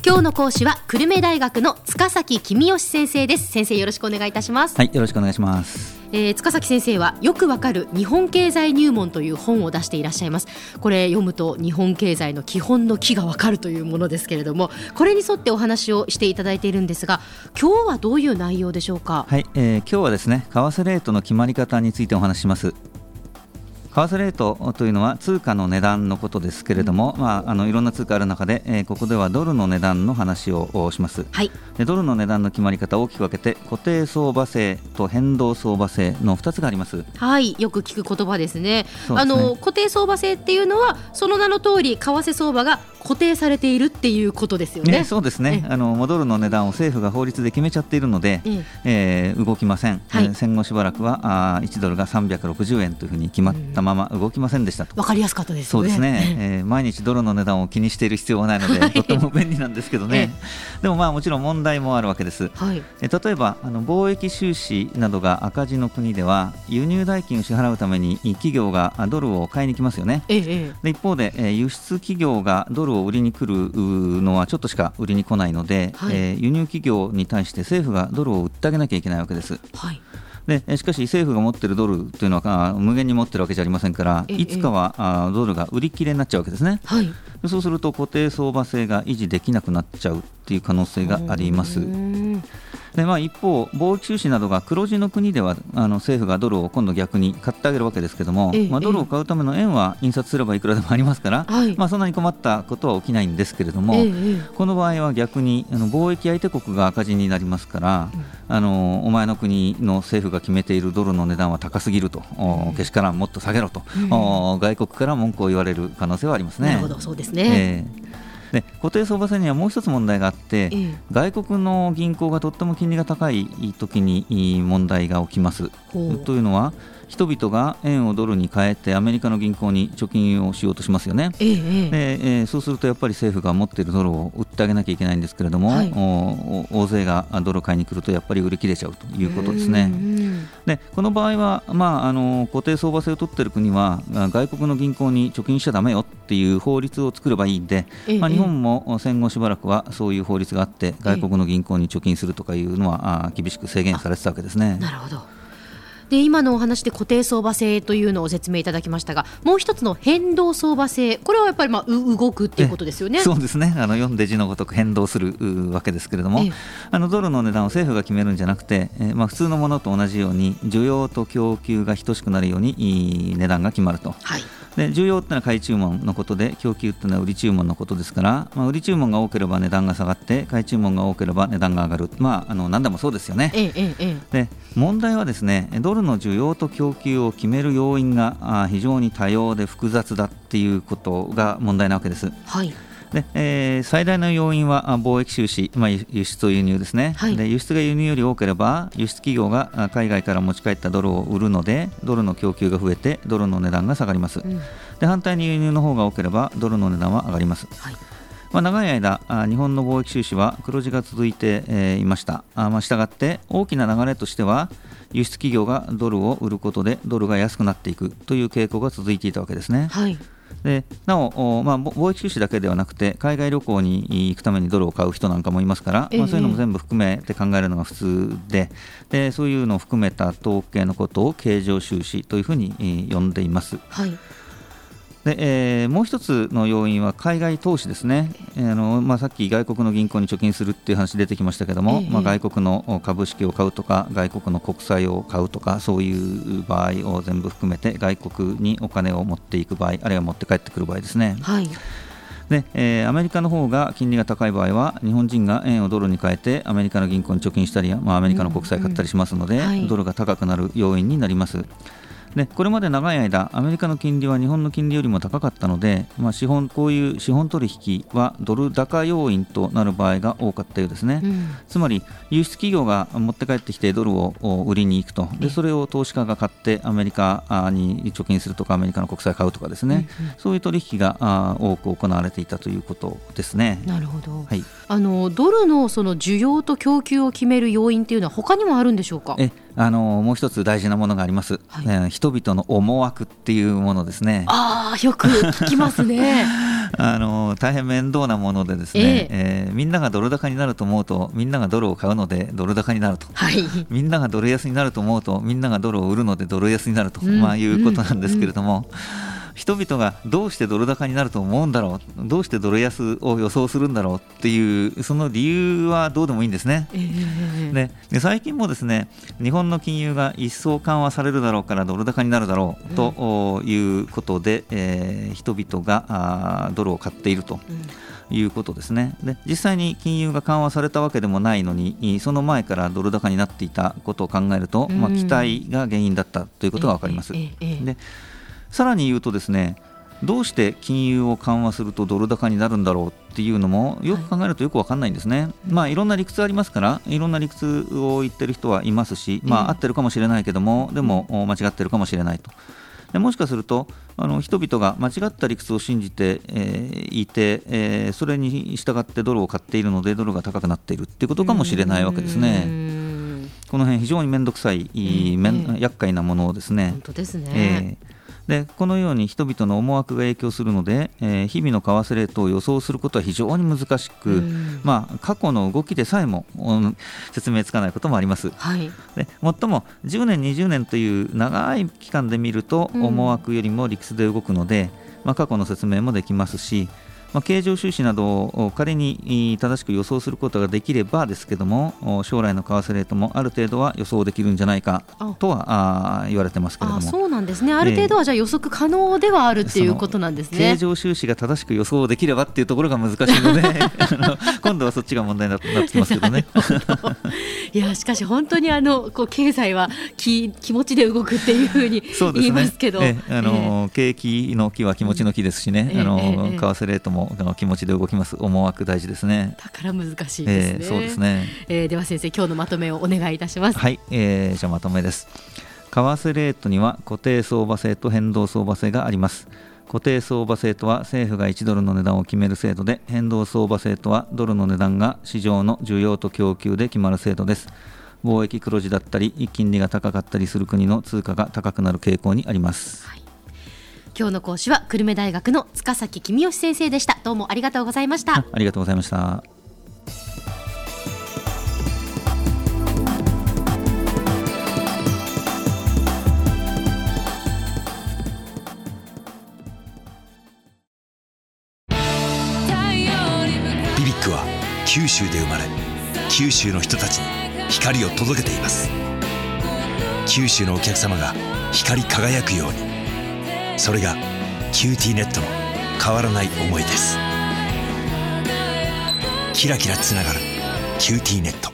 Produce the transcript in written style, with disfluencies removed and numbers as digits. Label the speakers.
Speaker 1: 今日の講師は久留米大学の塚崎公義先生です。先生、よろしくお願いいたします。
Speaker 2: はい、よろしくお願いします。
Speaker 1: 塚崎先生はよくわかる日本経済入門という本を出していらっしゃいます。これ読むと日本経済の基本の基がわかるというものですけれども、これに沿ってお話をしていただいているんですが、今日はどういう内容でしょうか。
Speaker 2: はい、今日はですね、為替レートの決まり方についてお話しします。為替レートというのは通貨の値段のことですけれども、いろんな通貨ある中で、ここではドルの値段の話をします。
Speaker 1: はい、
Speaker 2: でドルの値段の決まり方を大きく分けて、固定相場制と変動相場制の2つがあります。
Speaker 1: はい、よく聞く言葉ですね。
Speaker 2: そうですね。
Speaker 1: 固定相場制っていうのはその名の通り為替相場が固定されているっていうことですよね。
Speaker 2: そうですね。ドルの値段を政府が法律で決めちゃっているので、動きません。
Speaker 1: はい、
Speaker 2: 戦後しばらくは1ドルが360円というふうに決まったまま動きませんでしたと。
Speaker 1: わかりやすかったですよね。
Speaker 2: そうですね。毎日ドルの値段を気にしている必要はないので、とても便利なんですけどね。でももちろん問題もあるわけです。
Speaker 1: はい、
Speaker 2: 例えば貿易収支などが赤字の国では、輸入代金を支払うために企業がドルを買いに来ますよね。で一方で、輸出企業がドルを売りに来るのはちょっとしか売りに来ないので、
Speaker 1: はい、
Speaker 2: 輸入企業に対して政府がドルを売ってあげなきゃいけないわけです。
Speaker 1: はい、
Speaker 2: でしかし政府が持っているドルというのは無限に持っているわけじゃありませんから、いつかはドルが売り切れになっちゃうわけですね。
Speaker 1: はい、
Speaker 2: そうすると固定相場制が維持できなくなっちゃうという可能性があります。で一方、貿易収支などが黒字の国では政府がドルを今度逆に買ってあげるわけですけども、ドルを買うための円は印刷すればいくらでもありますから、
Speaker 1: はい、
Speaker 2: そんなに困ったことは起きないんですけれども、この場合は逆に貿易相手国が赤字になりますから、お前の国の政府が決めているドルの値段は高すぎると、けしからん、もっと下げろと、外国から文句を言われる可能性はありますね。
Speaker 1: なるほど、そうですね。
Speaker 2: で固定相場制にはもう一つ問題があって、外国の銀行がとっても金利が高い時に問題が起きます。というのは、人々が円をドルに変えてアメリカの銀行に貯金をしようとしますよね。でそうするとやっぱり政府が持っているドルを売ってあげなきゃいけないんですけれども、はい、大勢がドルを買いに来るとやっぱり売り切れちゃうということですね。でこの場合は、固定相場制を取っている国は外国の銀行に貯金しちゃダメよっていう法律を作ればいいんで、日本も戦後しばらくはそういう法律があって、外国の銀行に貯金するとかいうのは厳しく制限されてたわけですね。
Speaker 1: なるほど。で今のお話で固定相場制というのを説明いただきましたが、もう一つの変動相場制、これはやっぱり動くっていうことですよね。
Speaker 2: そうですね。読んで字のごとく変動するわけですけれども、ドルの値段を政府が決めるんじゃなくて、普通のものと同じように需要と供給が等しくなるように値段が決まると。はい、で需要ってのは買い注文のことで、供給ってのは売り注文のことですから、売り注文が多ければ値段が下がって、買い注文が多ければ値段が上がる。何でもそうですよね。で問題はですね、ドルの需要と供給を決める要因が非常に多様で複雑だっていうことが問題なわけです。
Speaker 1: はい、
Speaker 2: で最大の要因は貿易収支、輸出と輸入ですね。はい、で輸出が輸入より多ければ、輸出企業が海外から持ち帰ったドルを売るので、ドルの供給が増えてドルの値段が下がります。で反対に輸入の方が多ければドルの値段は上がります。はい、長い間日本の貿易収支は黒字が続いていました。したがって大きな流れとしては、輸出企業がドルを売ることでドルが安くなっていくという傾向が続いていたわけですね。はい、でなお、貿易収支だけではなくて、海外旅行に行くためにドルを買う人なんかもいますから、そういうのも全部含めて考えるのが普通で、そういうのを含めた統計のことを経常収支というふうに呼んでいます。はい、でもう一つの要因は海外投資ですね。さっき外国の銀行に貯金するっていう話出てきましたけども、外国の株式を買うとか、外国の国債を買うとか、そういう場合を全部含めて外国にお金を持っていく場合、あるいは持って帰ってくる場合ですね。はい、でアメリカの方が金利が高い場合は、日本人が円をドルに変えてアメリカの銀行に貯金したり、アメリカの国債買ったりしますので、ドルが高くなる要因になります。でこれまで長い間アメリカの金利は日本の金利よりも高かったので、こういう資本取引はドル高要因となる場合が多かったようですね。つまり輸出企業が持って帰ってきてドルを売りに行くと。でそれを投資家が買ってアメリカに貯金するとか、アメリカの国債買うとかですね、そういう取引が多く行われていたということですね。
Speaker 1: なるほど。
Speaker 2: はい、
Speaker 1: ドルのその需要と供給を決める要因というのは他にもあるんでしょうか。
Speaker 2: もう一つ大事なものがあります。はい、人々の思惑っていうものですね。
Speaker 1: よく聞きますね。
Speaker 2: 大変面倒なものでですね、みんながドル高になると思うとみんながドルを買うのでドル高になると、はい、みんながドル安になると思うとみんながドルを売るのでドル安になると、いうことなんですけれども、人々がどうしてドル高になると思うんだろう、どうしてドル安を予想するんだろうっていうその理由はどうでもいいんですね。で最近もですね、日本の金融が一層緩和されるだろうからドル高になるだろうということで、人々がドルを買っているということですね。で実際に金融が緩和されたわけでもないのに、その前からドル高になっていたことを考えると、期待が原因だったということが分かります。でさらに言うとですね、どうして金融を緩和するとドル高になるんだろうっていうのもよく考えるとよく分かんないんですね。いろんな理屈ありますから、いろんな理屈を言ってる人はいますし、合ってるかもしれないけども、でも間違ってるかもしれないと。でもしかすると人々が間違った理屈を信じて、いて、それに従ってドルを買っているのでドルが高くなっているっていうことかもしれないわけですね。この辺非常に面倒くさい、厄介なものをですね。
Speaker 1: 本当ですね。
Speaker 2: でこのように人々の思惑が影響するので、日々の為替レートを予想することは非常に難しく、過去の動きでさえも説明つかないこともあります。でもっとも10年20年という長い期間で見ると、思惑よりも理屈で動くので、過去の説明もできますし、経常収支などを仮に正しく予想することができればですけども、将来の為替レートもある程度は予想できるんじゃないかとは言われてますけれども。
Speaker 1: そうなんですね。ある程度はじゃあ予測可能ではあるっていうことなんですね。
Speaker 2: 経常収支が正しく予想できればっていうところが難しいので今度はそっちが問題になってきますけどね
Speaker 1: いやしかし本当に経済は気持ちで動くっていうふうに言いますけど、
Speaker 2: 景気の気は気持ちの気ですしね、為替レートも気持ちで動きます。思惑大事ですね。
Speaker 1: だから難しいですね。
Speaker 2: そうですね。
Speaker 1: では先生、今日のまとめをお願いいたします。
Speaker 2: はい、じゃあまとめです。為替レートには固定相場制と変動相場制があります。固定相場制とは政府が1ドルの値段を決める制度で、変動相場制とはドルの値段が市場の需要と供給で決まる制度です。貿易黒字だったり金利が高かったりする国の通貨が高くなる傾向にあります。
Speaker 1: 今日の講師は久留米大学の塚崎公義先生でした。どうもありがとうございました。
Speaker 2: ありがとうございました。
Speaker 3: ビビックは九州で生まれ、九州の人たちに光を届けています。九州のお客様が光り輝くように、それがキューティーネットの変わらない思いです。キラキラつながるキューティーネット。